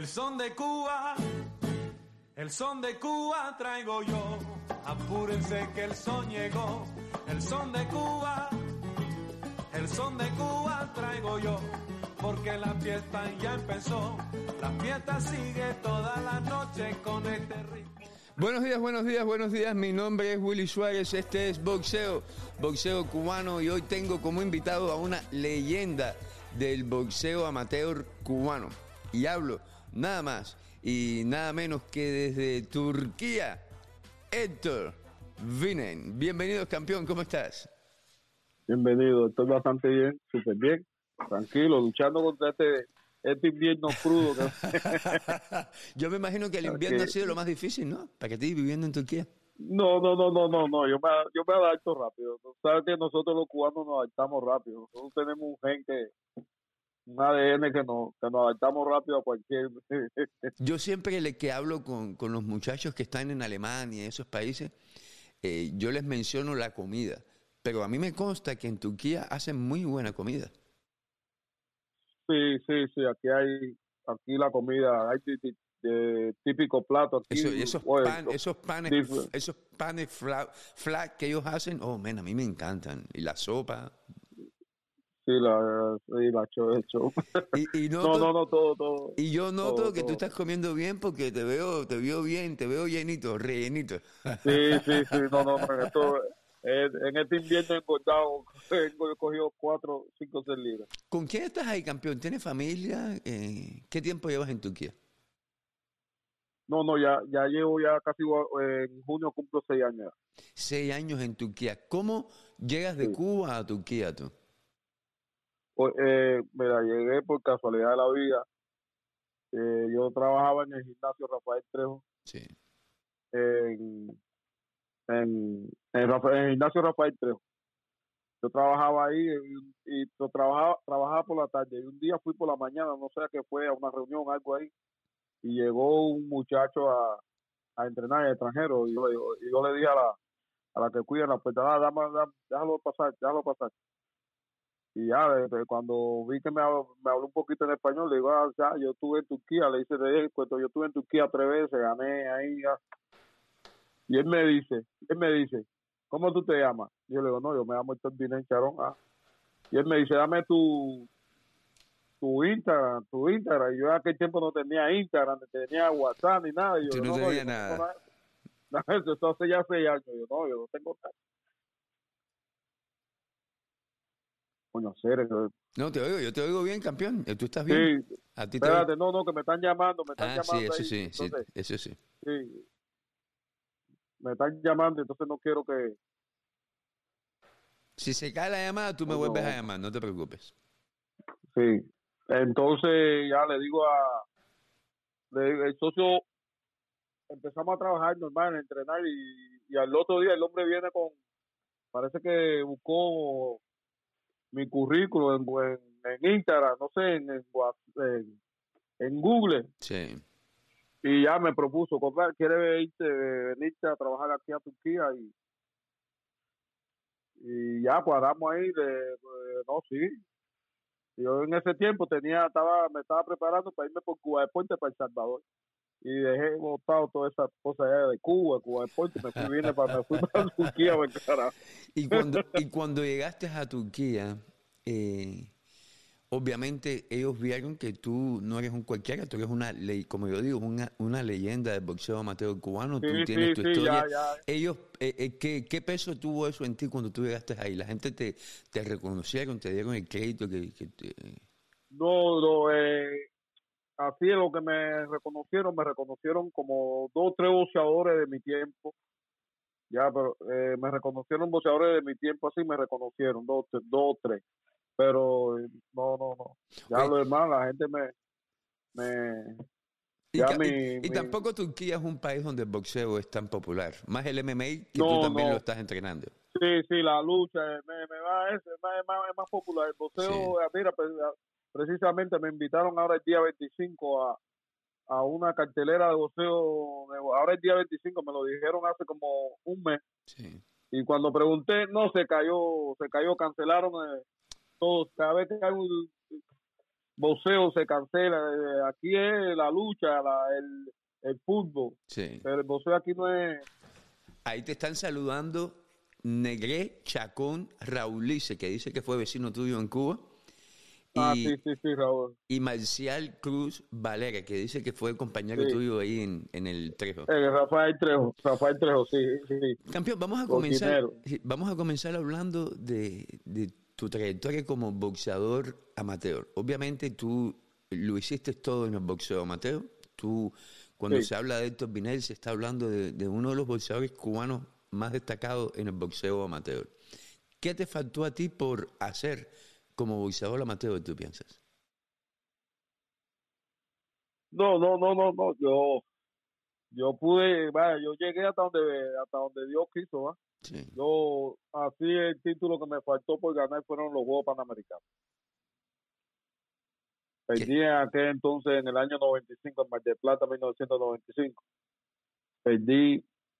El son de Cuba, el son de Cuba traigo yo. Apúrense que el son llegó. El son de Cuba, el son de Cuba traigo yo. Porque la fiesta ya empezó. La fiesta sigue toda la noche con este ritmo. Buenos días, buenos días, buenos días. Mi nombre es Willy Suárez, este es Boxeo Cubano, y hoy tengo como invitado a una leyenda del boxeo amateur cubano. Y hablo nada más y nada menos que desde Turquía, Héctor Vinen. Bienvenido, campeón, ¿cómo estás? Bienvenido, estoy bastante bien, súper bien, tranquilo, luchando contra este invierno crudo. Yo me imagino que el invierno ha sido lo más difícil, ¿no? Para que estés viviendo en Turquía. No, yo me adapto rápido. Sabes que nosotros los cubanos nos adaptamos rápido. Nosotros tenemos un ADN que nos adaptamos rápido a cualquier... Yo siempre que hablo con los muchachos que están en Alemania y esos países, yo les menciono la comida. Pero a mí me consta que en Turquía hacen muy buena comida. Sí, aquí la comida, hay típico plato aquí. Esos panes flat que ellos hacen, oh, man, a mí me encantan. Y la sopa. Sí, el show. Y noto, todo. Y yo noto todo, que tú todo. estás comiendo bien porque te veo bien, te veo llenito, rellenito. Sí, no, en este invierno he engordado, he cogido 4, 5, 6 libras. ¿Con quién estás ahí, campeón? ¿Tienes familia? ¿Qué tiempo llevas en Turquía? No, ya llevo casi, en junio cumplo 6 años. 6 años en Turquía. ¿Cómo llegas de Sí. Cuba a Turquía tú? Mira, llegué por casualidad de la vida. Yo trabajaba en el gimnasio Rafael Trejo, Sí. en el gimnasio Rafael Trejo. Yo trabajaba ahí y trabajaba por la tarde. Y un día fui por la mañana, no sé a qué fue, a una reunión, algo ahí. Y llegó un muchacho a entrenar en extranjero. Y yo le dije a la que cuida la puerta, déjalo pasar. Y ya, cuando vi que me habló un poquito en español, le digo, ya, yo estuve en Turquía, le hice de cuento, yo estuve en Turquía 3 veces, gané ahí, ya. Y él me dice, ¿cómo tú te llamas? Y yo le digo, no, yo me llamo Héctor Vinen Charón. Y él me dice, dame tu Instagram. Y yo en aquel tiempo no tenía Instagram, ni tenía WhatsApp, ni nada. Y yo, Tú no yo tenías no tengo nada. nada. Eso hace ya 6 años. Yo no tengo nada. Coño, serio. No, yo te oigo bien, campeón. ¿Tú estás bien? Sí, ¿A ti te oigo? espérate, no, que me están llamando Sí, eso ahí. sí, Entonces, eso sí. sí, me están llamando, entonces no quiero que... Si se cae la llamada, tú me vuelves a Coño, llamar, no te preocupes. sí. Entonces ya le digo el socio, empezamos a trabajar normal, a entrenar y al otro día el hombre viene parece que buscó mi currículo en Instagram, no sé, en Google, Sí. y ya me propuso, quiere venirte a trabajar aquí a Turquía y ya cuadramos ahí, no, sí. Yo en ese tiempo me estaba preparando para irme por Cuba Deporte para El Salvador. Y dejé botado todas esas cosas allá de Cuba Deporte, me fui para Turquía, me carajo. Y cuando llegaste a Turquía, obviamente ellos vieron que tú no eres un cualquiera, tú eres una ley, como yo digo, una leyenda del boxeo amateur cubano, tú tienes tu Sí, historia. ya. Ellos, ¿qué peso tuvo eso en ti cuando tú llegaste ahí? La gente te reconocieron, te dieron el crédito No, así es lo que me reconocieron como 2, 3 boxeadores de mi tiempo. Ya, pero me reconocieron boxeadores de mi tiempo, así me reconocieron, 2, 3. Pero no. Ya Oye, lo demás, la gente me y, ya ca- y- y tampoco Turquía es un país donde el boxeo es tan popular, más el MMA que tú también lo no. estás entrenando. Sí, la lucha me va es más popular. El Sí. boxeo, mira, precisamente me invitaron ahora el día 25 a una cartelera de boxeo. Ahora el día 25 me lo dijeron hace como un mes. Sí. Y cuando pregunté, no, se cayó, cancelaron todos. Cada vez que hay boxeo se cancela. Aquí es la lucha, el fútbol. Sí. Pero el boxeo aquí no es... Ahí te están saludando Negré Chacón Raulice, que dice que fue vecino tuyo en Cuba. Sí, Raúl. Y Marcial Cruz Valera, que dice que fue compañero Sí. tuyo ahí en el Trejo. Rafael Trejo, sí. Campeón, vamos a comenzar hablando de tu trayectoria como boxeador amateur. Obviamente tú lo hiciste todo en el boxeo amateur. Tú, cuando se habla de Héctor Binel, se está hablando de uno de los boxeadores cubanos más destacados en el boxeo amateur. ¿Qué te faltó a ti por hacer como boxeador amateur, tú piensas? No. Yo pude, yo llegué hasta donde Dios quiso, ¿va? Sí. Yo, así el título que me faltó por ganar fueron los Juegos Panamericanos. Perdí en aquel entonces, en el año 95, en Mar del Plata, 1995. Perdí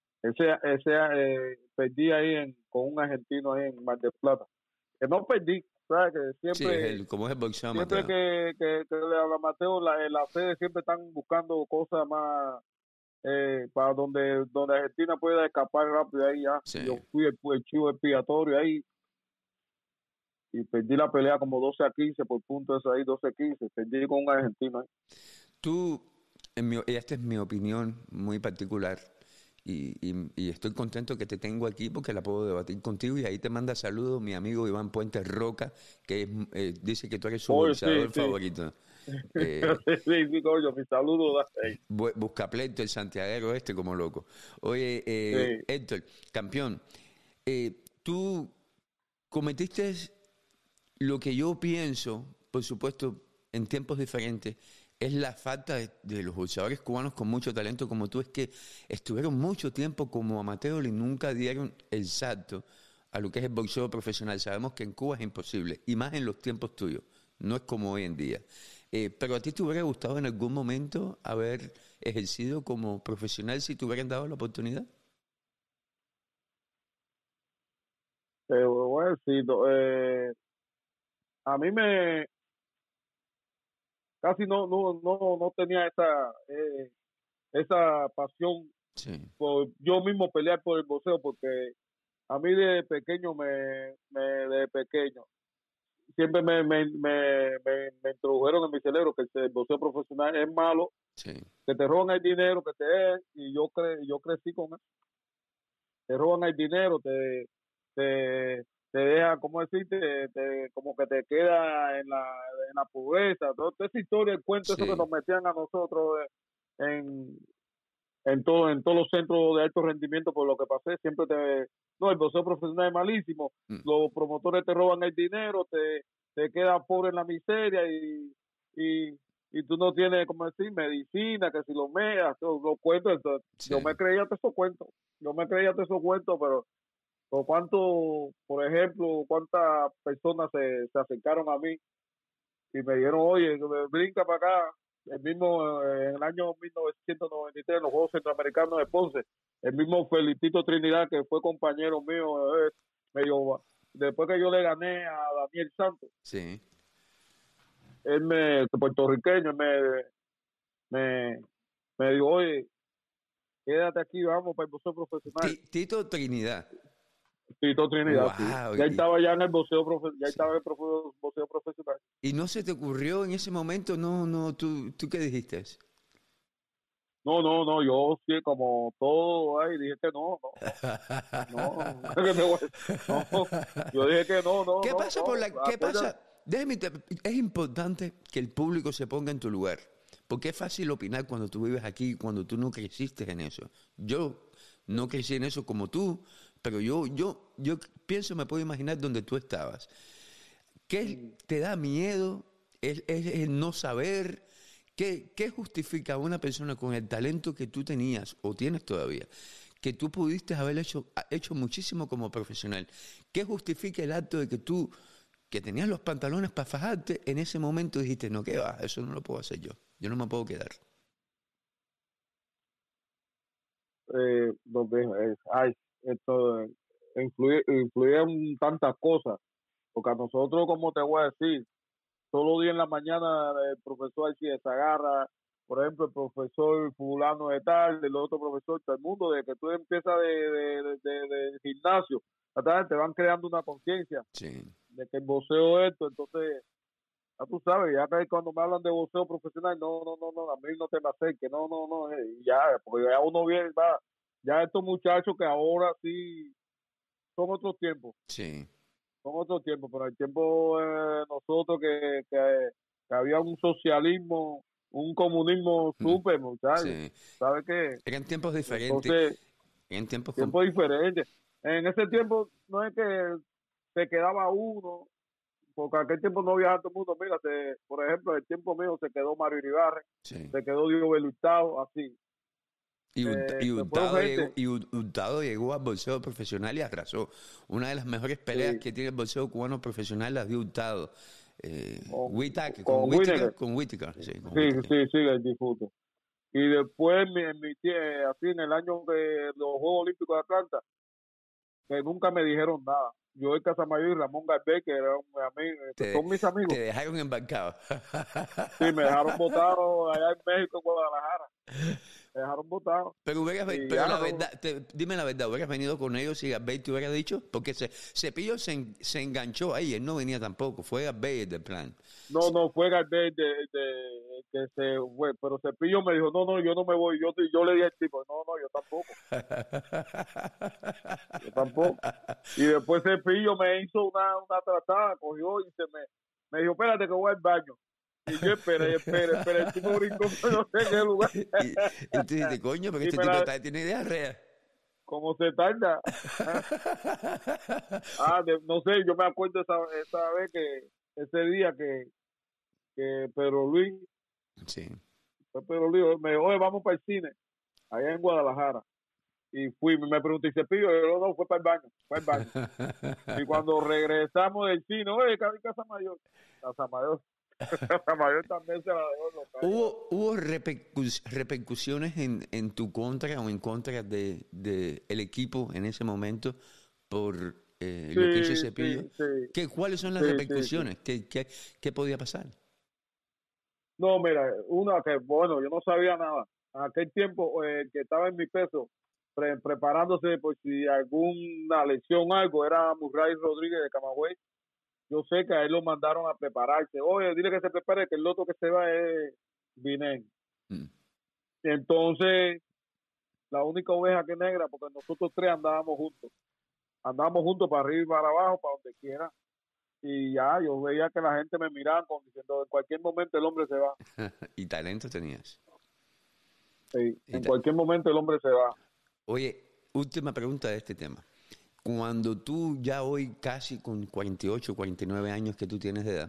perdí ahí con un argentino ahí en Mar del Plata. Que no perdí, ¿sabes? Que siempre, sí, como es el boxeo siempre amateur. que el amateur, la sede siempre están buscando cosas más para donde Argentina pueda escapar rápido ahí ya. Sí. Yo fui el chivo expiatorio ahí y perdí la pelea como 12-15 por puntos ahí, 12-15. Perdí con un argentino ahí. Tú, esta es mi opinión muy particular y estoy contento que te tengo aquí porque la puedo debatir contigo y ahí te manda saludos mi amigo Iván Puente Roca, que dice que tú eres su boxeador favorito. Sí, coño, mi saludo. Buscapleito, el santiaguero como loco. Oye, Héctor, campeón, tú cometiste lo que yo pienso, por supuesto, en tiempos diferentes, es la falta de los boxeadores cubanos con mucho talento como tú, es que estuvieron mucho tiempo como amateur y nunca dieron el salto a lo que es el boxeo profesional. Sabemos que en Cuba es imposible, y más en los tiempos tuyos, no es como hoy en día. Pero a ti te hubiera gustado en algún momento haber ejercido como profesional si te hubieran dado la oportunidad. Bueno, sí, a mí casi no tenía esa pasión por yo mismo pelear por el boxeo, porque a mí de pequeño de pequeño siempre me introdujeron en mi cerebro que el boxeo profesional es malo, que te roban el dinero, y yo crecí con eso. Te roban el dinero, te deja, ¿cómo decirte? Como que te queda en la pobreza. Toda esa historia, el cuento, eso que nos metían a nosotros en todos los centros de alto rendimiento, por lo que pasé, siempre el boxeo profesional es malísimo. Los promotores te roban el dinero, te quedas pobre en la miseria y tú no tienes, como decir, medicina, que si lo meas, los cuentos. Entonces, yo me creía de esos cuentos, pero por ejemplo, cuántas personas se acercaron a mí y me dijeron, oye, brinca para acá. En el año 1993, en los Juegos Centroamericanos de Ponce, el mismo Felicito Trinidad, que fue compañero mío, después que yo le gané a Daniel Santos, puertorriqueño, me dijo, oye, quédate aquí, vamos para el boxeo profesional. Tito Trinidad. Tito Trinidad, wow, sí. Ya estaba en el boxeo profesional. ¿Y no se te ocurrió en ese momento? ¿Tú qué dijiste? No, yo sí, como todo, dije que no. Yo dije que no. ¿Qué pasa qué pasa? Déjame, es importante que el público se ponga en tu lugar, porque es fácil opinar cuando tú vives aquí, cuando tú no creciste en eso. Yo no crecí en eso como tú, pero yo pienso, me puedo imaginar donde tú estabas. ¿Qué te da miedo? ¿Es el no saber? ¿Qué justifica a una persona con el talento que tú tenías o tienes todavía, que tú pudiste haber hecho muchísimo como profesional? ¿Qué justifica el acto de que tú, que tenías los pantalones para fajarte, en ese momento dijiste, no, qué va, eso no lo puedo hacer yo no me puedo quedar? Esto influyen tantas cosas, porque a nosotros, como te voy a decir, todos los días en la mañana el profesor Alcides agarra, por ejemplo, el profesor fulano de tal, el otro profesor, todo el mundo, de que tú empiezas de gimnasio, te van creando una conciencia Sí. de que el boxeo es esto, entonces, ya tú sabes, ya que cuando me hablan de boxeo profesional, no, a mí no te me acerques, no, y ya, porque ya uno viene, va, ya estos muchachos que ahora sí son otros tiempos, Sí. pero el tiempo nosotros que había un socialismo, un comunismo súper, muchachos, Sí. ¿sabes qué? Eran tiempos diferentes. Entonces, Eran tiempos tiempo diferente. En ese tiempo no es que se quedaba uno, porque aquel tiempo no había todo el mundo. Mira, por ejemplo, el tiempo mío se quedó Mario Iribarren, Sí. se quedó Diego Belutado, así. Y Se fueron Hurtado llegó, gente. Hurtado llegó al boxeo profesional y arrasó. Una de las mejores peleas Sí, que tiene el boxeo cubano profesional las dio Hurtado. con Winner. Con Whittaker, sí, con Sí, Whittaker. sí, el difunto. Y después, así en el año de los Juegos Olímpicos de Atlanta, que nunca me dijeron nada. Yo, el Casamayor y Ramón Garbé, que eran que Te, son mis te amigos, dejaron embarcado. sí, me dejaron botado allá en México, en Guadalajara. Me dejaron botado. Y Pero ya, la no, verdad, dime la verdad, ¿hubieras venido con ellos y Garbey te hubiera dicho? Porque Cepillo se enganchó ahí, él no venía tampoco, fue Garbey el del plan. no fue Garbé que se fue, pero Cepillo me dijo, no, yo no me voy. Yo le dije al tipo, no, yo tampoco. Y después Cepillo me hizo una tratada, cogió y me dijo, espérate que voy al baño. Y yo esperé, el tipo brincó, no sé en qué lugar. Y tú dices, coño, porque Y este tipo tiene diarrea. como se tarda. No sé, yo me acuerdo esa vez ese día que Pedro Luis, Sí. me dijo, oye, vamos para el cine, allá en Guadalajara. Y fui, me pregunté, ¿y Cepillo? Y yo, no, fue para el baño. Y cuando regresamos del cine, oye, Casa Mayor. Casa Mayor. Casa Mayor también se la dejó local. ¿Hubo repercusiones en tu contra o en contra de el equipo en ese momento por lo que hizo Cepillo? ¿Cuáles son las Sí. repercusiones? ¿Qué podía pasar? No, mira, una que, bueno, yo no sabía nada. En aquel tiempo que estaba en mi peso, preparándose por si alguna lesión o algo, era Murray Rodríguez de Camagüey. Yo sé que a él lo mandaron a prepararse. Oye, dile que se prepare, que el otro que se va es Vinén. Mm. Entonces, la única oveja que es negra, porque nosotros tres andábamos juntos para arriba y para abajo, para donde quiera. Y ya, yo veía que la gente me miraba como diciendo, en cualquier momento el hombre se va. Y talento tenías. Sí, Y en ta- cualquier momento el hombre se va. Oye, última pregunta de este tema. Cuando tú ya hoy casi con 48, 49 años que tú tienes de edad,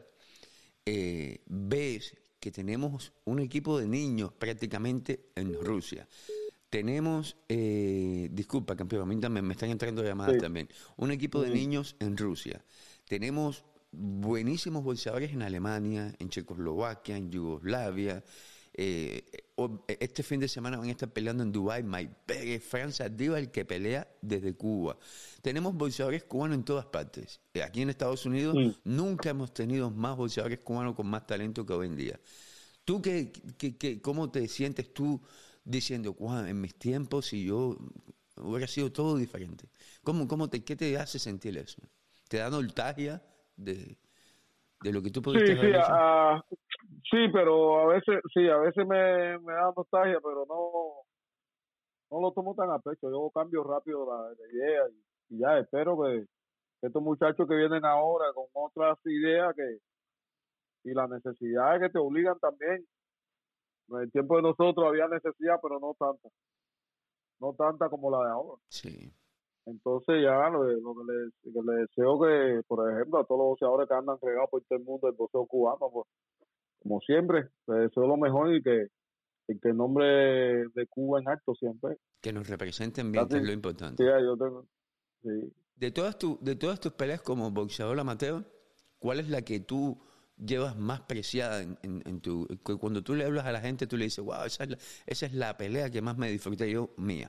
ves que tenemos un equipo de niños prácticamente en Rusia. Tenemos, disculpa, campeón, a mí también me están entrando llamadas Sí. también. Un equipo de niños en Rusia. Tenemos buenísimos boxeadores en Alemania, en Checoslovaquia, en Yugoslavia. Este fin de semana van a estar peleando en Dubái, Mike Pérez, Francia Diva, el que pelea desde Cuba. Tenemos boxeadores cubanos en todas partes. Aquí en Estados Unidos nunca hemos tenido más boxeadores cubanos con más talento que hoy en día. ¿Tú cómo te sientes tú diciendo, Juan, en mis tiempos si yo hubiera sido todo diferente? ¿Qué te hace sentir eso? ¿Te da nostalgia de lo que tú pudiste Sí, haber hecho? sí, pero a veces me da nostalgia, pero no lo tomo tan a pecho. Yo cambio rápido la idea y ya espero que estos muchachos que vienen ahora con otras ideas y las necesidades que te obligan también. En el tiempo de nosotros había necesidad, pero no tanta como la de ahora. Sí. Entonces ya lo que le deseo que, por ejemplo, a todos los boxeadores que andan regados por todo el mundo del boxeo cubano, pues, como siempre, les deseo lo mejor y que el nombre de Cuba en alto siempre. Que nos representen bien, que es Casi, lo sí, importante. yo tengo, sí. De todas tus peleas como boxeador amateur, ¿cuál es la que tú llevas más preciada cuando tú le hablas a la gente, tú le dices, wow, esa es la pelea que más me disfruté yo mía?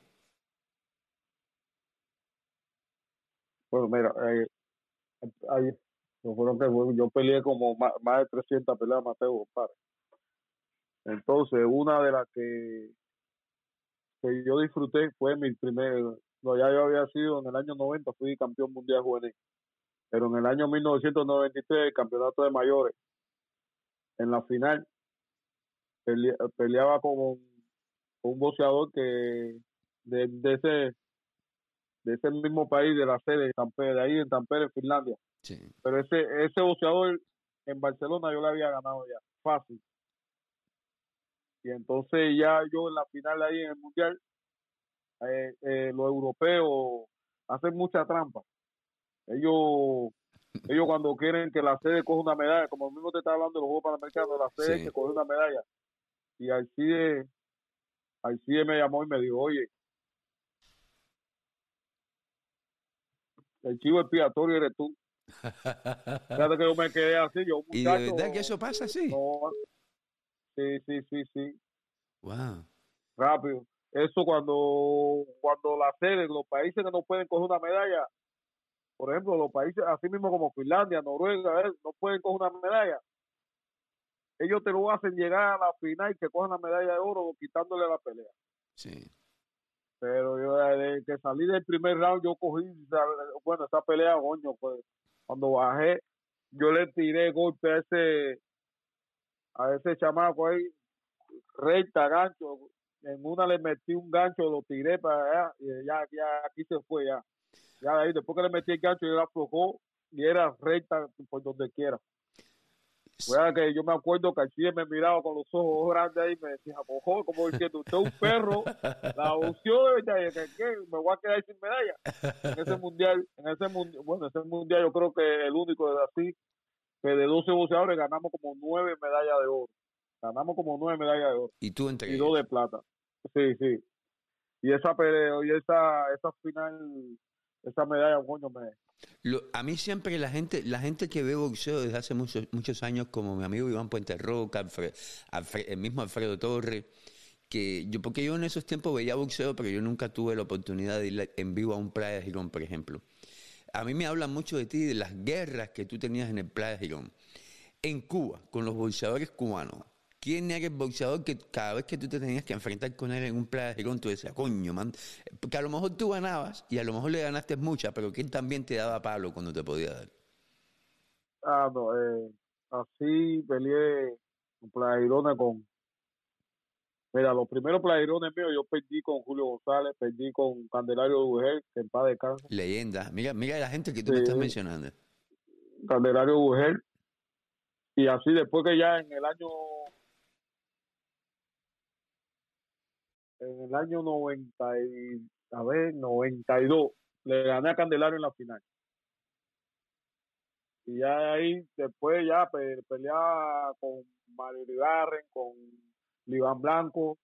Bueno, mira, hay Yo peleé como más de 300 peleas amateur, compadre. Entonces, una de las que yo disfruté fue mi primer, no, ya yo había sido en el año 90, fui campeón mundial juvenil, pero en el año 1993, el campeonato de mayores, en la final, peleaba con un boxeador que de ese mismo país, de la sede de Tampere, de ahí en Tampere, Finlandia. Sí. Pero ese boxeador en Barcelona yo le había ganado ya, fácil. Y entonces ya yo en la final ahí en el mundial, los europeos hacen mucha trampa. Ellos cuando quieren que la sede coja una medalla, como el mismo te está hablando de los Juegos Panamericanos, la sede que coge una medalla. Y Alcide me llamó y me dijo, oye, el chivo expiatorio eres tú. Fíjate que yo me quedé así, yo muchacho. ¿Y de verdad que eso pasa así? No, sí. Wow. Rápido. Eso cuando la sede, los países que no pueden coger una medalla, por ejemplo, los países así mismo como Finlandia, Noruega, no pueden coger una medalla. Ellos te lo hacen llegar a la final y que cojan la medalla de oro quitándole la pelea. Sí. Pero yo desde que salí del primer round yo cogí, bueno, esa pelea, coño, pues cuando bajé, yo le tiré golpe a ese chamaco ahí, recta, gancho. En una le metí un gancho, lo tiré para allá, y ya aquí se fue ya. Ya de ahí, después que le metí el gancho, él aflojó y era recta por donde quiera. Bueno, que yo me acuerdo que Chile me miraba con los ojos grandes ahí y me decía, ojo, como diciendo, usted es un perro, la opción que me voy a quedar sin medalla. En ese mundial, ese mundial yo creo que el único de así, que de 12 boxeadores ganamos como 9 medallas de oro. Ganamos como 9 medallas de oro. ¿Y tú entre y 2 de plata. Sí. Y esa pelea, y esa final, esa medalla, coño, a mí siempre la gente que ve boxeo desde hace muchos años, como mi amigo Iván Puente Roca, el mismo Alfredo Torres, porque yo en esos tiempos veía boxeo, pero yo nunca tuve la oportunidad de ir en vivo a un Playa Girón, por ejemplo. A mí me hablan mucho de ti, de las guerras que tú tenías en el Playa Girón. En Cuba, con los boxeadores cubanos, ¿quién era el boxeador que cada vez que tú te tenías que enfrentar con él en un Playa Girón, tú decías, coño, man? Porque a lo mejor tú ganabas y a lo mejor le ganaste muchas, pero ¿quién también te daba palo cuando te podía dar? No, así peleé en Playa Girona Mira, los primeros Playa Girones míos yo perdí con Julio González, perdí con Candelario Bujel, que en paz descanse. Leyenda. Mira la gente que tú me estás mencionando. Candelario Bujel. Y así después que ya en el año 92 le gané a Candelario en la final. Y ya ahí después ya peleaba con Mario Iribarren, con Liván Blanco,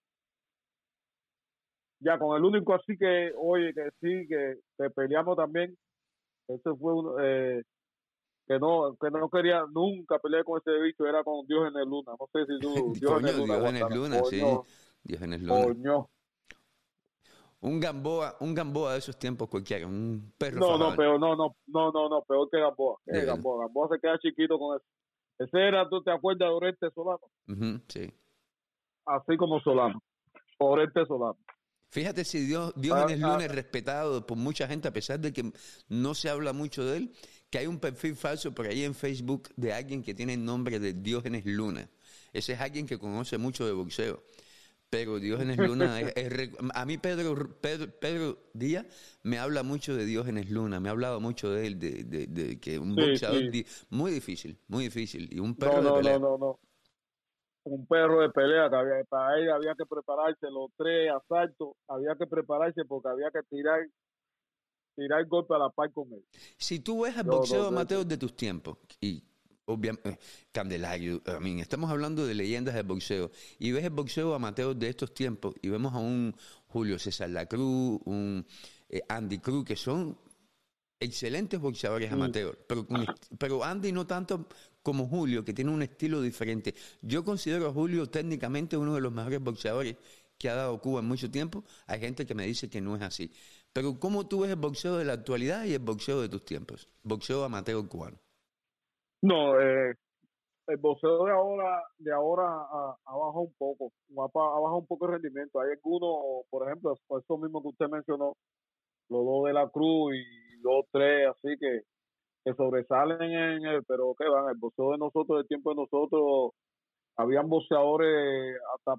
ya con el único así que, oye, que sí, que peleamos también, ese fue uno, que no quería nunca pelear con ese bicho, era con Diógenes Luna. No sé si tú, Diógenes Luna, sí. Diógenes Luna. Coño. Un Gamboa de esos tiempos cualquiera, un perro. No, peor que Gamboa. Gamboa se queda chiquito con eso. Ese era, ¿tú te acuerdas de Oreste Solano? Sí. Así como Solano. Oreste Solano. Fíjate si Diógenes Luna es respetado por mucha gente, a pesar de que no se habla mucho de él, que hay un perfil falso por ahí en Facebook de alguien que tiene el nombre de Diógenes Luna. Ese es alguien que conoce mucho de boxeo. Pero Diógenes Luna, a mí Pedro Díaz me habla mucho de Diógenes Luna, me ha hablado mucho de él, de que un boxeador muy difícil, y un perro de pelea. No. Un perro de pelea, que para él había que prepararse los 3 asaltos, había que prepararse porque había que tirar golpe a la par con él. Si tú ves el boxeo amateur de tus tiempos, y obviamente Candelario, estamos hablando de leyendas del boxeo, y ves el boxeo amateur de estos tiempos, y vemos a un Julio César Lacruz, un Andy Cruz, que son excelentes boxeadores amateur, pero Andy no tanto como Julio, que tiene un estilo diferente. Yo considero a Julio técnicamente uno de los mejores boxeadores que ha dado Cuba en mucho tiempo. Hay gente que me dice que no es así. Pero ¿cómo tú ves el boxeo de la actualidad y el boxeo de tus tiempos? Boxeo amateur cubano. No, el boxeo de ahora ha bajado un poco, ha bajado un poco el rendimiento. Hay algunos, por ejemplo, por eso mismo que usted mencionó, los dos de la Cruz y los tres, así que sobresalen en él, pero que van, el boxeo de nosotros, el tiempo de nosotros, habían boxeadores hasta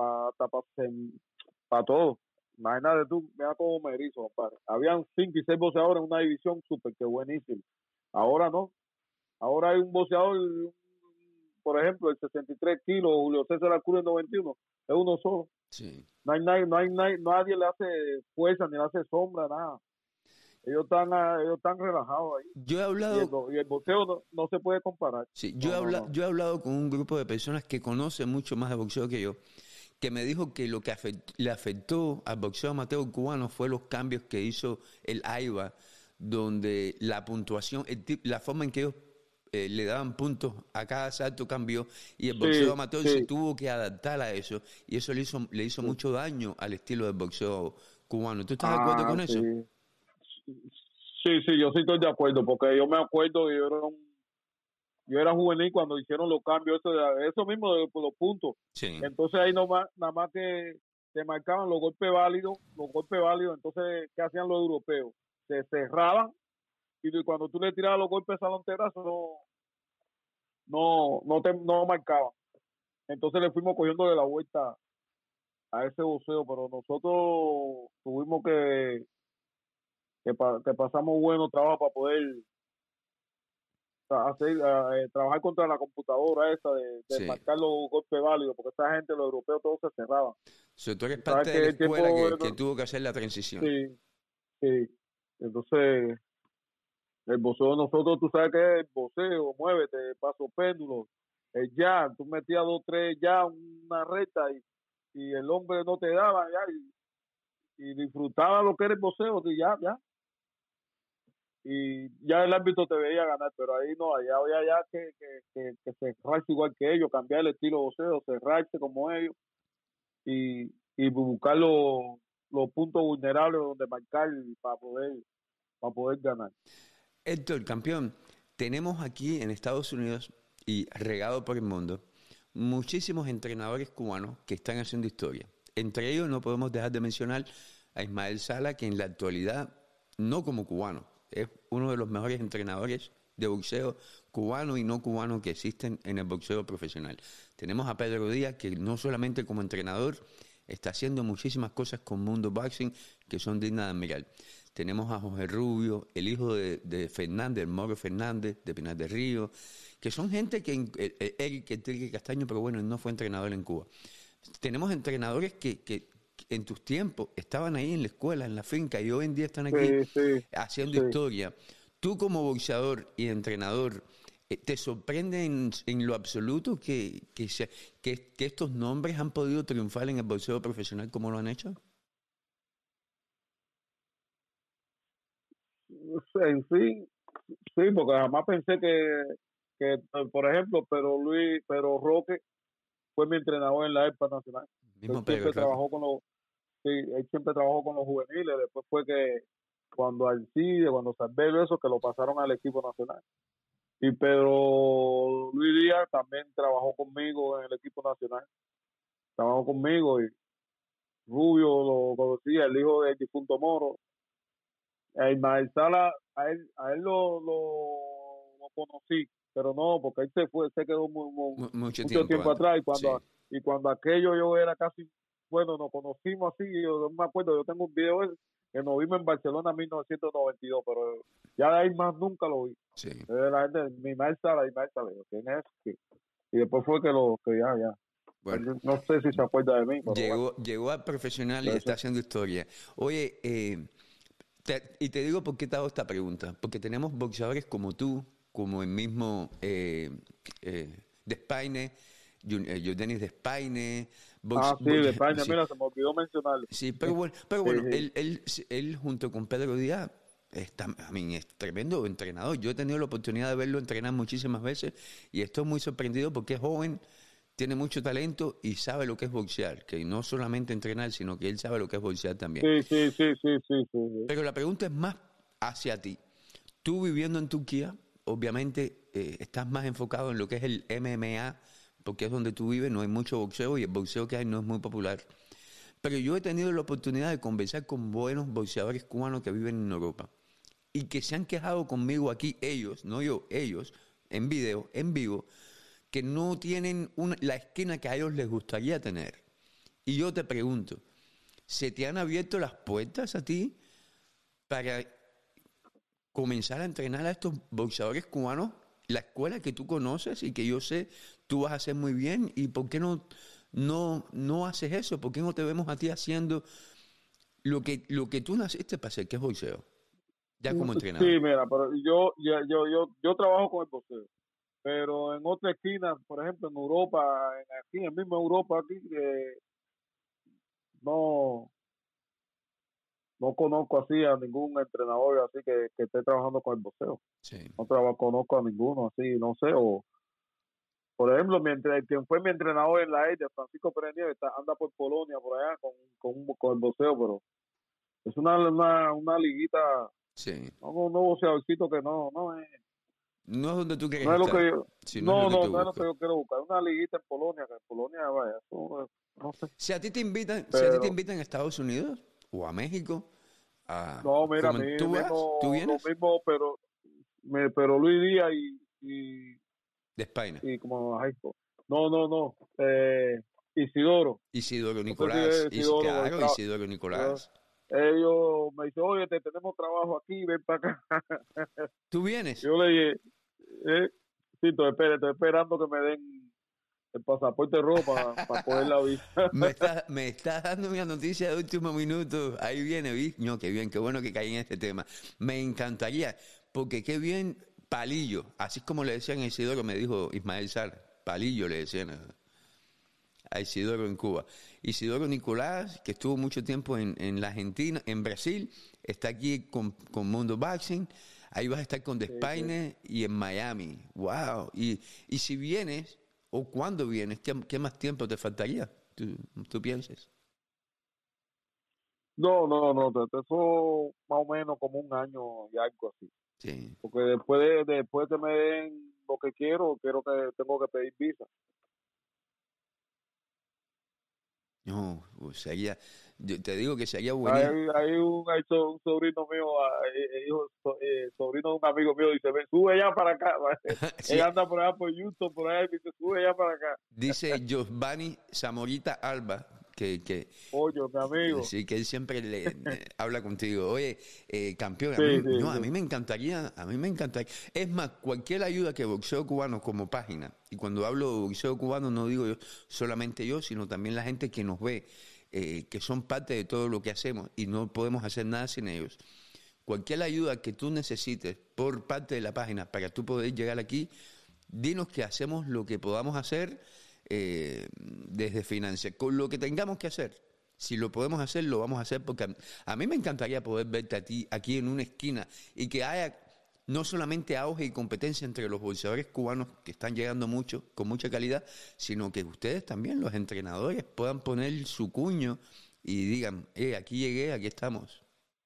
para todo. Imagínate tú, mira cómo me erizo, compadre. Habían 5 y 6 boxeadores en una división súper que buenísimo. Ahora no. Ahora hay un boxeador, por ejemplo, el 63 kilos, Julio César Cruz en 91, es uno solo. Sí. Nadie le hace fuerza, ni le hace sombra, nada. Ellos están relajados ahí. Yo he hablado... Y el boxeo no se puede comparar. Sí, No. Yo he hablado con un grupo de personas que conocen mucho más de boxeo que yo, que me dijo que lo que le afectó al boxeo amateur cubano fue los cambios que hizo el AIBA, donde la puntuación, la forma en que ellos le daban puntos a cada salto cambió, y el boxeo amateur se tuvo que adaptar a eso, y eso le hizo mucho daño al estilo del boxeo cubano. ¿Tú estás de acuerdo con eso? Sí, yo sí estoy de acuerdo, porque yo me acuerdo que yo era juvenil cuando hicieron los cambios, eso mismo de los puntos. Sí. Entonces ahí nada más que te marcaban los golpes válidos, entonces, ¿qué hacían los europeos? Se cerraban, y cuando tú le tirabas los golpes a lonterazos, no marcaban. Entonces le fuimos cogiendo de la vuelta a ese boxeo, pero nosotros tuvimos que pasamos buenos trabajos para poder trabajar contra la computadora esa de marcar los golpes válidos, porque esa gente, los europeos, todos se cerraban. Tú eres parte de la escuela que tuvo que hacer la transición. Sí. Entonces, el boxeo de nosotros, tú sabes que es el boxeo, muévete, paso péndulo, el jab, tú metías 2, 3 jab, una recta, y el hombre no te daba, ya, y disfrutaba lo que era el boxeo, y ya. Y ya el árbitro te veía ganar, pero ahí no, allá había ya que cerrarse igual que ellos, cambiar el estilo de boxeo, cerrarse como ellos, y buscar los puntos vulnerables donde marcar para poder ganar. Héctor, campeón, tenemos aquí en Estados Unidos y regado por el mundo muchísimos entrenadores cubanos que están haciendo historia. Entre ellos no podemos dejar de mencionar a Ismael Sala, que en la actualidad, no como cubano, es uno de los mejores entrenadores de boxeo cubano y no cubano que existen en el boxeo profesional. Tenemos a Pedro Díaz, que no solamente como entrenador, está haciendo muchísimas cosas con Mundo Boxing que son dignas de admirar. Tenemos a José Rubio, el hijo de Fernández, el Moro Fernández, de Pinar del Río, que son gente que, Eric Enrique Castaño, pero bueno, él no fue entrenador en Cuba. Tenemos entrenadores que en tus tiempos estaban ahí en la escuela, en la finca, y hoy en día están aquí haciendo historia. Tú como boxeador y entrenador, ¿te sorprende en lo absoluto que estos nombres han podido triunfar en el boxeo profesional como lo han hecho? En sí, porque jamás pensé que por ejemplo, Pedro Roque fue mi entrenador en la EPA Nacional. Él siempre trabajó con los juveniles. Después fue que cuando Salvelo, eso, que lo pasaron al equipo nacional. Y Pedro Luis Díaz también trabajó conmigo en el equipo nacional. Trabajó conmigo, y Rubio lo conocía, el hijo del difunto Moro. Ismael Sala, a él lo conocí, pero no, porque él se quedó mucho tiempo atrás, y cuando aquello yo era casi, bueno, nos conocimos así, yo me acuerdo, yo tengo un video que nos vimos en Barcelona en 1992, pero ya de ahí más nunca lo vi. Sí. La gente, Ismael Sala, ¿quién es? Y después fue que ya. Bueno, no sé si se acuerda de mí. Llegó al profesional y está haciendo historia. Oye, y te digo por qué te hago esta pregunta. Porque tenemos boxeadores como tú, como el mismo Despaine, Jordanis Despaine. Despaine, mira, se me olvidó mencionarlo. Sí, pero bueno, él junto con Pedro Díaz es tremendo entrenador. Yo he tenido la oportunidad de verlo entrenar muchísimas veces y estoy muy sorprendido porque es joven, tiene mucho talento y sabe lo que es boxear, que no solamente entrenar, sino que él sabe lo que es boxear también. Sí. Pero la pregunta es más hacia ti. Tú viviendo en Turquía, obviamente estás más enfocado en lo que es el MMA, porque es donde tú vives, no hay mucho boxeo y el boxeo que hay no es muy popular. Pero yo he tenido la oportunidad de conversar con buenos boxeadores cubanos que viven en Europa y que se han quejado conmigo aquí, ellos, no yo, ellos, en video, en vivo, que no tienen la esquina que a ellos les gustaría tener. Y yo te pregunto, ¿se te han abierto las puertas a ti para comenzar a entrenar a estos boxeadores cubanos, la escuela que tú conoces y que yo sé tú vas a hacer muy bien? ¿Y por qué no haces eso? ¿Por qué no te vemos a ti haciendo lo que tú naciste para hacer, que es boxeo? Ya como entrenador. Sí, mira, pero yo trabajo con el boxeo, pero en otra esquina, por ejemplo, en Europa, aquí en misma Europa, aquí, no, no conozco así a ningún entrenador así que esté trabajando con el boxeo. Sí. No conozco a ninguno así, no sé, o por ejemplo, quien fue mi entrenador en la EIDE, Francisco Pérez Nieves, anda por Polonia, por allá, con el boxeo, pero es una liguita, Sí. un boxeadorcito que no es donde tú quieres no es lo estar. que yo, Sí, no es es lo que yo quiero buscar, una liguita en Polonia, que en Polonia, vaya, eso, no sé. Si a ti te invitan, Pero, a Estados Unidos o a México, no, mira, a mí ¿tú vas? ¿Tú mismo, lo vienes? mismo, pero Luis Díaz De España. y como, ay, no, Isidoro. Isidoro No sé si Nicolás. es Isidoro, Isidoro Nicolás. ellos me dicen, oye, tenemos trabajo aquí, ven para acá. ¿Tú vienes? Yo le dije, sí, estoy esperando que me den el pasaporte rojo para coger la visa. me estás dando una noticia de último minuto. Ahí viene, ¿viste? No, qué bien, qué bueno que caí en este tema. Me encantaría, porque qué bien, palillo. Así como le decían a Isidoro, me dijo Ismael Sar. Palillo le decían a Isidoro en Cuba. Isidoro Nicolás, que estuvo mucho tiempo en la Argentina, en Brasil, está aquí con Mundo Boxing. Ahí vas a estar con The Spine y en Miami. ¡Wow! Y si vienes, o cuando vienes, ¿qué más tiempo te faltaría? ¿Tú piensas? No, eso más o menos como un año y algo así. Sí. Porque después que me den lo que quiero tengo que pedir visa. No, sería, yo te digo que sería buenísimo. Hay un sobrino mío, sobrino de un amigo mío, dice, ven, sube ya para acá. Sí. Él anda por allá por Houston, por allá, y dice, sube ya para acá. Dice Giovanni Zamorita Alba, que Oye, mi amigo. sí, que él siempre le habla contigo. Oye, campeón, a mí me encantaría, Es más, cualquier ayuda que Boxeo Cubano como página, y cuando hablo de Boxeo Cubano no digo solamente yo, sino también la gente que nos ve, que son parte de todo lo que hacemos y no podemos hacer nada sin ellos. Cualquier ayuda que tú necesites por parte de la página para tú poder llegar aquí, dinos que hacemos lo que podamos hacer desde financiar, con lo que tengamos que hacer. Si lo podemos hacer, lo vamos a hacer, porque a mí me encantaría poder verte a ti aquí en una esquina y que haya no solamente auge y competencia entre los boxeadores cubanos que están llegando mucho, con mucha calidad, sino que ustedes también, los entrenadores, puedan poner su cuño y digan, aquí llegué, aquí estamos.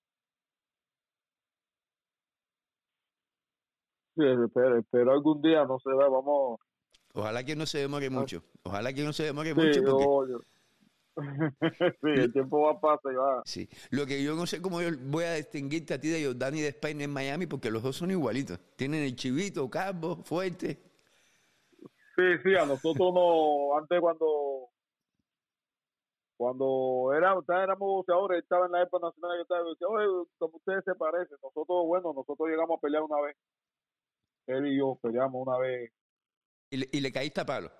Sí, espero algún día, no se va, vamos. Ojalá que no se demore mucho. Ojalá que no se demore Sí, mucho porque... sí, el tiempo va a pasar y va. Sí. Lo que yo no sé cómo yo voy a distinguirte a ti de Jordani de Spain en Miami, porque los dos son igualitos. Tienen el chivito, calvo, fuerte. Sí, a nosotros no, antes cuando éramos boxeadores, estaba en la época nacional, yo estaba diciendo, oye, como ustedes se parecen, nosotros llegamos a pelear una vez, él y yo peleamos una vez. Y le caíste a palo.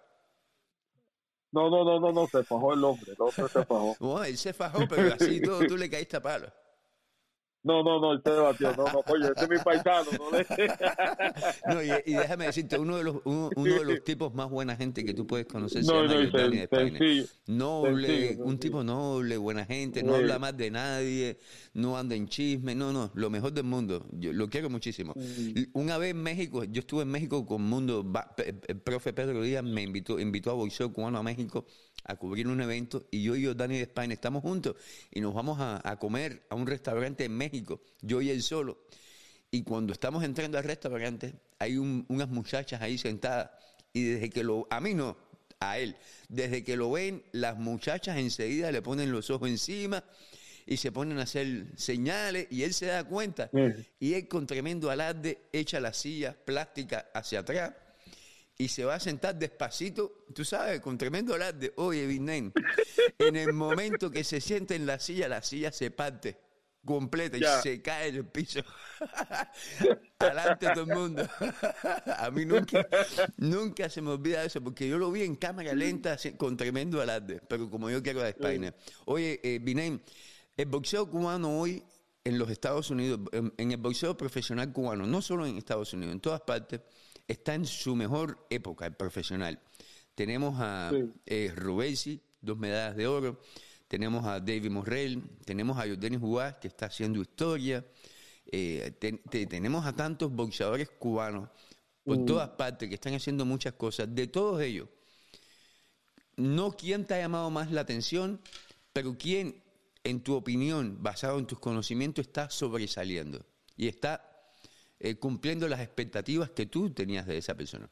No, se fajó el hombre se fajó. Bueno, él se fajó, pero así todo tú le caíste a palo. No, él se debatió, oye, ese es mi paisano, No, y déjame decirte, uno de los tipos más buena gente que tú puedes conocer se llama Jordani de España. Noble, un tipo noble, buena gente, no habla más de nadie, no anda en chisme, no, lo mejor del mundo. Yo lo quiero muchísimo. Una vez en México, yo estuve en México con Mundo, el profe Pedro Díaz me invitó a Boxeo Cubano a México a cubrir un evento, y yo y Jordani de España estamos juntos y nos vamos a comer a un restaurante en México, yo y él solo. y cuando estamos entrando al restaurante, hay unas muchachas ahí sentadas, y desde que a mí no, a él, desde que lo ven, las muchachas enseguida le ponen los ojos encima y se ponen a hacer señales, y él se da cuenta, y él con tremendo alarde echa las sillas plásticas hacia atrás y se va a sentar despacito, tú sabes, con tremendo alarde. Oye, Vinén, en el momento que se siente en la silla se parte completa y Ya. se cae en el piso. Adelante todo el mundo. A mí nunca se me olvida eso, porque yo lo vi en cámara lenta con tremendo alarde, pero como yo quiero a España. Oye, Vinén, el boxeo cubano hoy en los Estados Unidos, en el boxeo profesional cubano, no solo en Estados Unidos, en todas partes, está en su mejor época, el profesional. Tenemos a Rubesi, 2 medallas de oro. Tenemos a David Morrell, tenemos a Yordenis Ugas, que está haciendo historia. Tenemos a tantos boxeadores cubanos por todas partes que están haciendo muchas cosas. De todos ellos, no quién te ha llamado más la atención, pero quién, en tu opinión, basado en tus conocimientos, está sobresaliendo y está cumpliendo las expectativas que tú tenías de esa persona.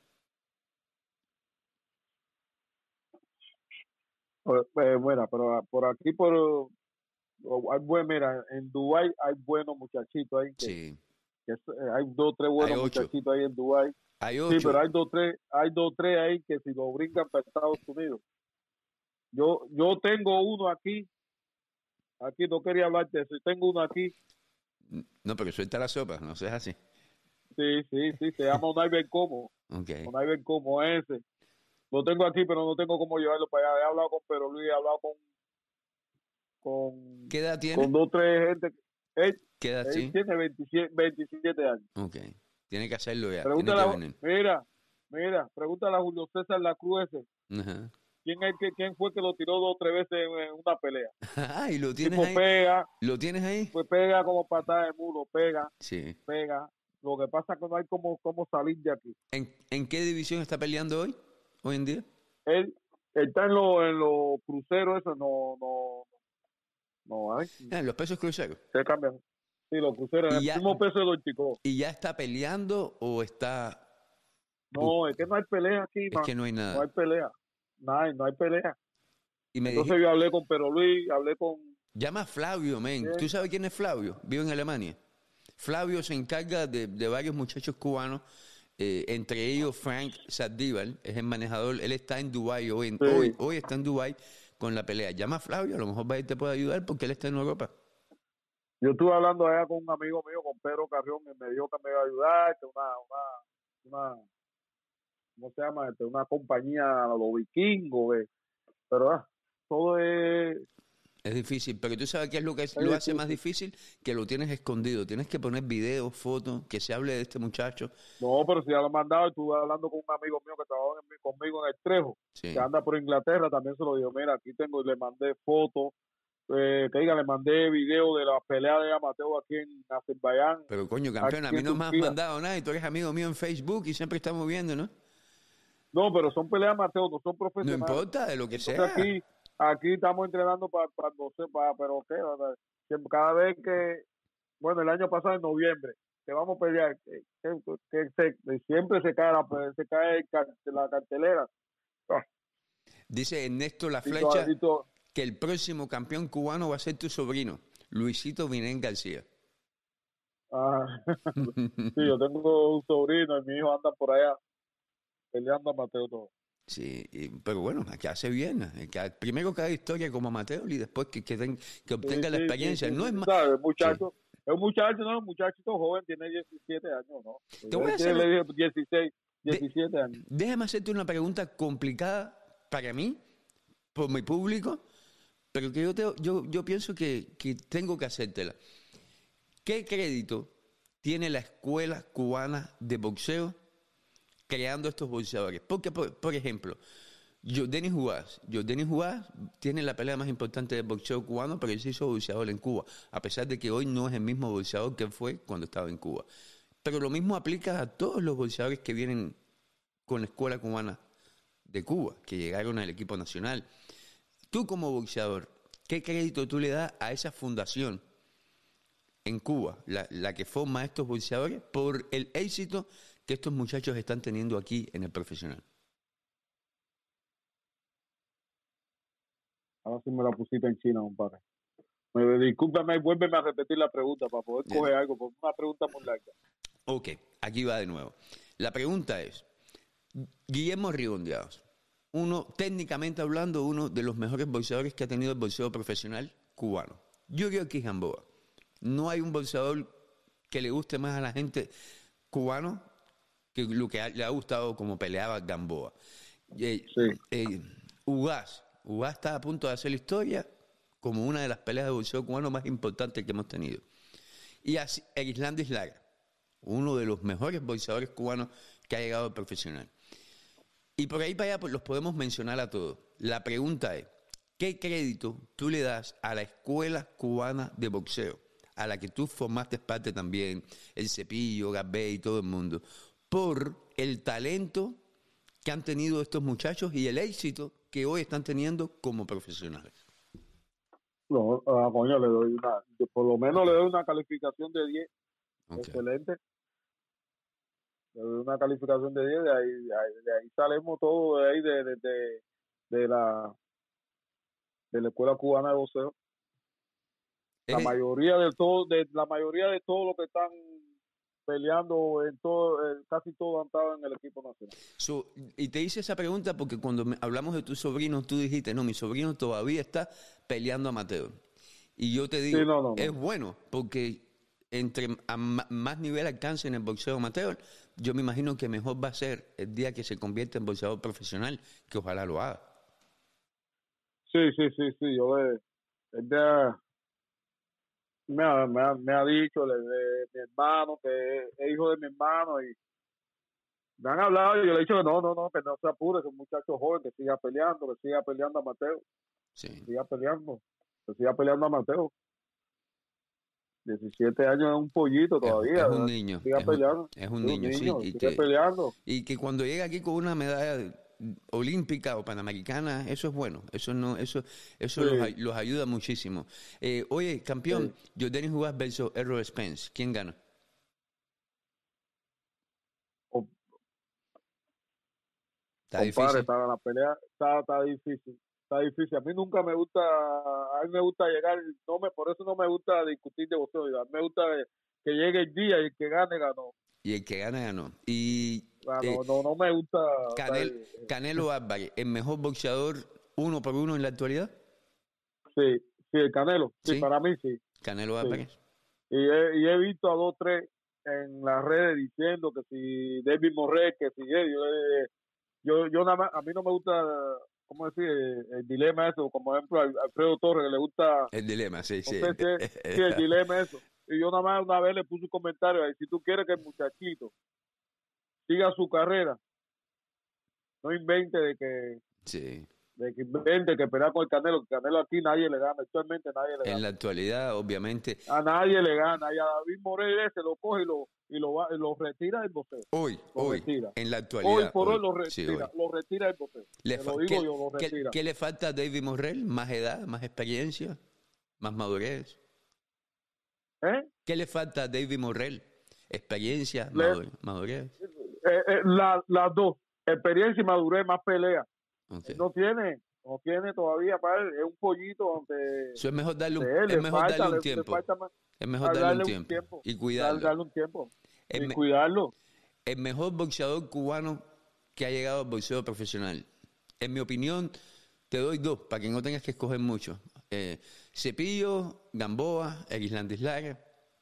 Bueno, pero por aquí, mira, en Dubái hay buenos muchachitos ahí. Sí. Hay 2 o 3 buenos muchachitos ahí en Dubái. Hay 8. Sí, pero hay 2 o 3 ahí que si lo brincan para Estados Unidos. Yo tengo uno aquí no quería hablarte de eso. Tengo uno aquí. No, pero suelta la sopa, no seas así. Sí, se llama Unai Bencomo. Okay. Unai Bencomo ese. Lo tengo aquí, pero no tengo cómo llevarlo para allá. He hablado con Pedro Luis, he hablado con ¿Qué edad tiene? Con 2 o 3 gente. ¿Qué edad él tiene 27 años. Ok. Tiene que hacerlo ya. Pregúntale a Julio César La Cruz ese. Ajá. ¿Quién fue que lo tiró 2 o 3 veces en una pelea? Ah, y lo tienes ahí. ¿Lo tienes ahí? Pues pega como patada de mulo, pega. Sí. Pega. Lo que pasa es que no hay cómo salir de aquí. ¿En qué división está peleando hoy en día? Él está en los cruceros, eso no hay. En los pesos cruceros. Se cambian. Sí, los cruceros, en el mismo peso de los chicos. ¿Y ya está peleando o está...? No, es que no hay pelea aquí, man. Es que no hay nada. No hay pelea. No hay pelea. Y entonces yo hablé con Pedro Luis, hablé con... Llama a Flavio, men. ¿Tú sabes quién es Flavio? Vive en Alemania. Flavio se encarga de varios muchachos cubanos, entre ellos Frank Sardíbal, es el manejador. Él está en Dubái hoy está en Dubái con la pelea. Llama a Flavio, a lo mejor te puede ayudar porque él está en Europa. Yo estuve hablando allá con un amigo mío, con Pedro Carrión, y me dijo que me iba a ayudar, que una ¿cómo se llama? Una compañía, los vikingos, pero todo es... Es difícil, pero tú sabes qué es lo que lo hace más difícil, que lo tienes escondido. Tienes que poner videos, fotos, que se hable de este muchacho. No, pero si ya lo he mandado, estuve hablando con un amigo mío que trabaja conmigo en el Trejo, que anda por Inglaterra, también se lo digo, mira, aquí tengo, y le mandé fotos, le mandé video de la pelea de Amateo aquí en Azerbaiyán. Pero coño, campeón, a mí no me has mandado nada y tú eres amigo mío en Facebook y siempre estamos viendo, ¿no? No, pero son peleas Amateo, no son profesionales. No importa, de lo que Entonces, sea. Aquí estamos entrenando para no sé, pero qué, cada vez que, bueno, el año pasado en noviembre, que vamos a pelear, siempre se cae la cartelera. Dice Ernesto La Flecha que el próximo campeón cubano va a ser tu sobrino, Luisito Vinén García. Sí, yo tengo un sobrino y mi hijo anda por allá peleando Amateo todo. Sí, pero bueno, que hace bien. Primero que haga historia como amateur y después que obtenga la experiencia. No es más. Es un muchachito joven, tiene 17 años, ¿no? Te voy a hacer 17 años. Déjame hacerte una pregunta complicada para mí, por mi público, pero que yo pienso que tengo que hacértela. ¿Qué crédito tiene la Escuela Cubana de Boxeo creando estos boxeadores? Porque, por ejemplo, Yordenis Ugas tiene la pelea más importante del boxeo cubano, pero él se hizo boxeador en Cuba, a pesar de que hoy no es el mismo boxeador que él fue cuando estaba en Cuba. Pero lo mismo aplica a todos los boxeadores que vienen con la Escuela Cubana de Cuba, que llegaron al equipo nacional. Tú como boxeador, ¿qué crédito tú le das a esa fundación en Cuba, la que forma a estos boxeadores, por el éxito que estos muchachos están teniendo aquí en el profesional? Ahora sí me la pusiste en China, compadre. Discúlpame, vuélveme a repetir la pregunta para poder Yeah. coger algo, porque es una pregunta muy larga. Ok, aquí va de nuevo. La pregunta es, Guillermo Rigondeados, técnicamente hablando, uno de los mejores boxeadores que ha tenido el boxeo profesional cubano. Yuriorkis Gamboa. No hay un boxeador que le guste más a la gente cubano que lo que le ha gustado como peleaba Gamboa. Sí. Ugaz está a punto de hacer la historia como una de las peleas de boxeo cubano más importantes que hemos tenido. Y así, Erislandis Lara, uno de los mejores boxeadores cubanos que ha llegado al profesional. Y por ahí para allá pues, los podemos mencionar a todos. La pregunta es, ¿qué crédito tú le das a la escuela cubana de boxeo, a la que tú formaste parte también, el Cepillo, Gabé y todo el mundo, por el talento que han tenido estos muchachos y el éxito que hoy están teniendo como profesionales? No, coño, por lo menos le doy una calificación de 10. Okay. Excelente. Le doy una calificación de 10, de ahí salimos todos, de ahí de la escuela cubana de boxeo. La mayoría de todo los que están peleando casi todos han estado en el equipo nacional. Y te hice esa pregunta porque cuando hablamos de tu sobrino, tú dijiste, no, mi sobrino todavía está peleando amateur. Y yo te digo, sí, es bueno, porque entre más nivel alcance en el boxeo amateur, yo me imagino que mejor va a ser el día que se convierta en boxeador profesional, que ojalá lo haga. Sí, me ha dicho de mi hermano, que es hijo de mi hermano, y me han hablado y yo le he dicho que que no se apure, que es un muchacho joven, que siga peleando a Mateo, Sí. que siga peleando a Mateo. 17 años es un pollito todavía. Es un niño. Siga peleando. Es un niño, sí. Siga peleando. Y que cuando llega aquí con una medalla olímpica o panamericana, eso es bueno. Eso Sí. los ayuda muchísimo. Oye, campeón, Sí. Yordenis Ugas versus Errol Spence. ¿Quién gana? Compadre, la pelea está difícil. Está difícil. A mí me gusta llegar, por eso no me gusta discutir de boxeo. A mí me gusta que llegue el día y el que gane, ganó. Y el que gana, ganó. Y no me gusta. Canelo Álvarez, ¿el mejor boxeador 1 por 1 en la actualidad? Sí, el Canelo. Sí, para mí sí. Canelo Álvarez. Sí. Y he visto a 2, 3 en las redes diciendo que si David Morrell, que si yo nada más, a mí no me gusta, ¿cómo decir? El dilema eso, como ejemplo a Alfredo Torres, que le gusta el dilema, sí. El dilema eso. Y yo nada más una vez le puse un comentario ahí, si tú quieres que el muchachito siga su carrera, no invente de que pelea con el Canelo. El Canelo aquí nadie le gana, actualmente nadie le gana. En la actualidad, obviamente. A nadie le gana. Y a David Morel se lo coge y lo retira del boxeo. Hoy, retira. En la actualidad. Hoy lo retira. Lo retira del boxeo. Lo retira. ¿Qué le falta a David Morrell? ¿Más edad? ¿Más experiencia? ¿Más madurez? ¿Qué le falta a David Morrell? ¿Experiencia? ¿Madurez? Las dos. Experiencia y madurez, más pelea. Okay. No tiene todavía para él. Es un pollito donde... Eso es mejor darle un tiempo. Es mejor darle un tiempo. Y cuidarlo. Darle un tiempo. Y cuidarlo. El mejor boxeador cubano que ha llegado al boxeo profesional. En mi opinión, te doy 2, para que no tengas que escoger mucho. Cepillo, Gamboa, Erislandis Lara.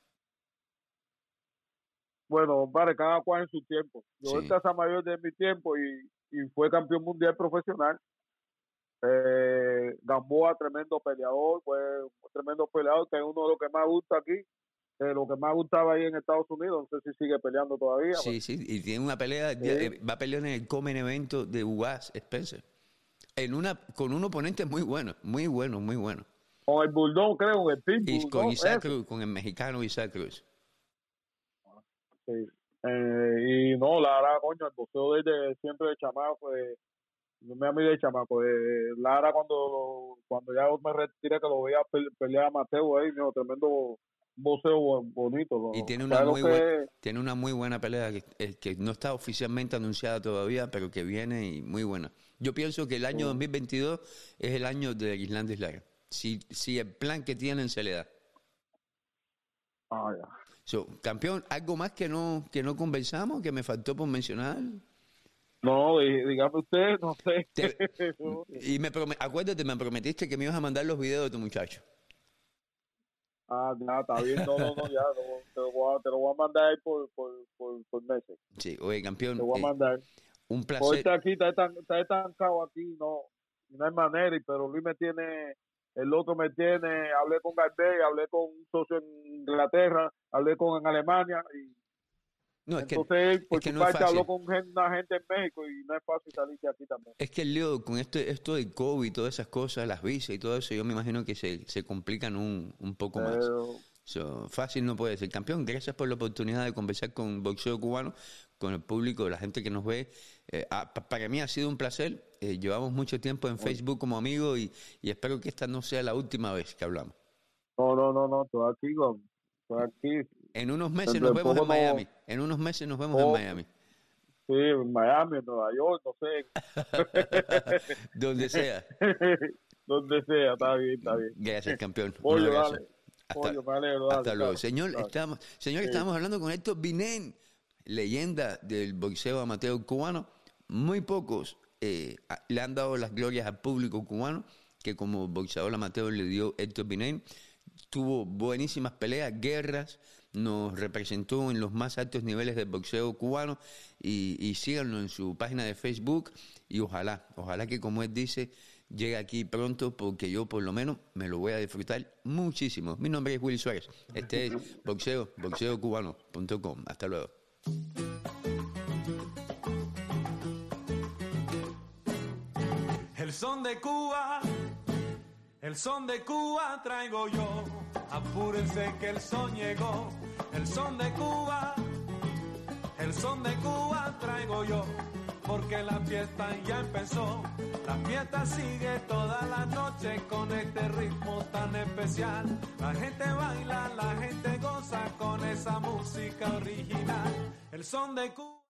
Bueno, compadre, cada cual en su tiempo. Yo en Casa Mayor de mi tiempo y fue campeón mundial profesional. Gamboa, tremendo peleador, que es uno de los que más gusta aquí, lo que más gustaba ahí en Estados Unidos. No sé si sigue peleando todavía. Sí, y tiene una pelea, va a pelear en el Common Evento de Ugas Spencer, con un oponente muy bueno. Con el Bulldog, creo, el Pitbull. Con Isaac Cruz, con el mexicano Isaac Cruz. Sí. Y no, la verdad, coño, el boxeo desde siempre de chamaco, no me a mí de chamaco. Lara, cuando ya me retiré, que lo veía pelear a Mateo ahí, tremendo boxeo bonito. ¿No? Y tiene tiene una muy buena pelea que no está oficialmente anunciada todavía, pero que viene y muy buena. Yo pienso que el año 2022 es el año de Islandia Lara. Si el plan que tienen se le da. Ya. Campeón, ¿algo más que no conversamos, que me faltó por mencionar? No, dígame usted, no sé. Y acuérdate, me prometiste que me ibas a mandar los videos de tu muchacho. Ya, está bien, no, ya, te lo voy a mandar por meses. Sí, oye, campeón. Te voy a mandar. Un placer. Ahorita aquí está estancado aquí, no hay manera, pero Luis el otro me tiene, hablé con Garbey, hablé con un socio en Inglaterra, hablé en Alemania, y no, entonces por su parte habló con una gente en México y no es fácil salir de aquí también. Es que el lío con esto del COVID y todas esas cosas, las visas y todo eso, yo me imagino que se complican un poco más. Fácil no puede ser. Campeón, gracias por la oportunidad de conversar con Boxeo Cubano, con el público, la gente que nos ve. Para mí ha sido un placer. Llevamos mucho tiempo en Facebook como amigos y espero que esta no sea la última vez que hablamos. No, estoy aquí. En unos meses nos vemos en Miami. En unos meses nos vemos en Miami. Sí, en Miami, en Nueva York, no sé. Donde sea. Donde sea, está bien. Gracias, campeón. Pollo, dale. Hasta luego. Señor, estábamos hablando con Héctor Binén, leyenda del boxeo amateur cubano. Muy pocos le han dado las glorias al público cubano que como boxeador amateur le dio Héctor Binén. Tuvo buenísimas peleas, guerras, nos representó en los más altos niveles del boxeo cubano y síganlo en su página de Facebook y ojalá que, como él dice, llegue aquí pronto, porque yo por lo menos me lo voy a disfrutar muchísimo. Mi nombre es Willy Suárez. Este es boxeocubano.com. Hasta luego. El son de Cuba, el son de Cuba traigo yo. Apúrense que el son llegó. El son de Cuba, el son de Cuba traigo yo. Porque la fiesta ya empezó. La fiesta sigue toda la noche con este ritmo tan especial. La gente baila, la gente goza con esa música original. El son de Cuba.